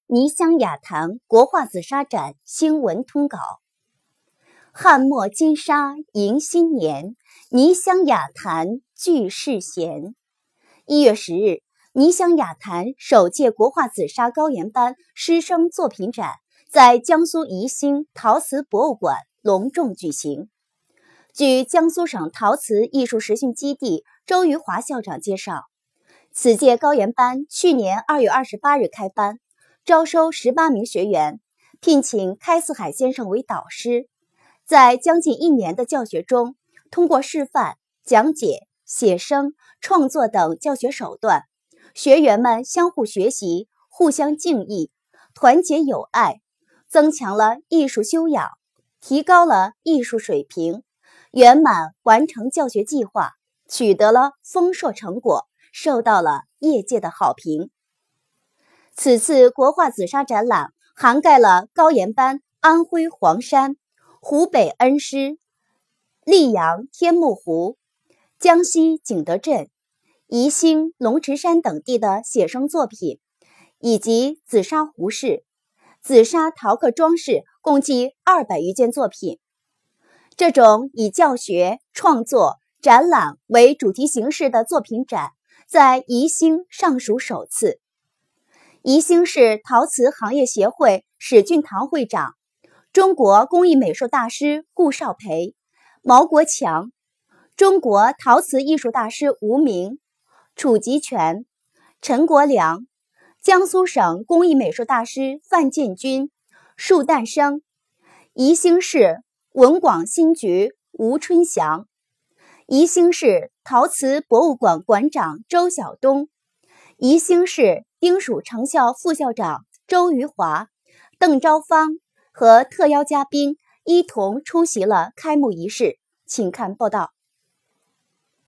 泥乡雅坛国画紫砂展新闻通稿。汉末金沙迎新年，泥乡雅坛聚世贤。1月10日，泥乡雅坛首届国画紫砂高研班师生作品展在江苏宜兴陶瓷博物馆隆重举行。据江苏省陶瓷艺术实训基地周余华校长介绍，此届高研班去年2月28日开班，招收18名学员，聘请开四海先生为导师。在将近1年的教学中，通过示范、讲解、写生、创作等教学手段，学员们相互学习，互相敬意，团结友爱，增强了艺术修养，提高了艺术水平，圆满完成教学计划，取得了丰硕成果，受到了业界的好评。此次国画紫砂展览涵盖了高研班安徽黄山、湖北恩施、溧阳天目湖、江西景德镇、宜兴龙池山等地的写生作品，以及紫砂壶饰、紫砂陶刻装饰共计200余件作品。这种以教学、创作、展览为主题形式的作品展，在宜兴尚属首次。宜兴市陶瓷行业协会史俊堂会长、中国工艺美术大师顾少培、毛国强、中国陶瓷艺术大师吴明、楚吉全、陈国良、江苏省工艺美术大师范建军、束诞生、宜兴市文广新局吴春祥、宜兴市陶瓷博物馆馆长周晓东、宜兴市丁蜀成校副校长周余华、邓昭芳和特邀嘉宾一同出席了开幕仪式，请看报道。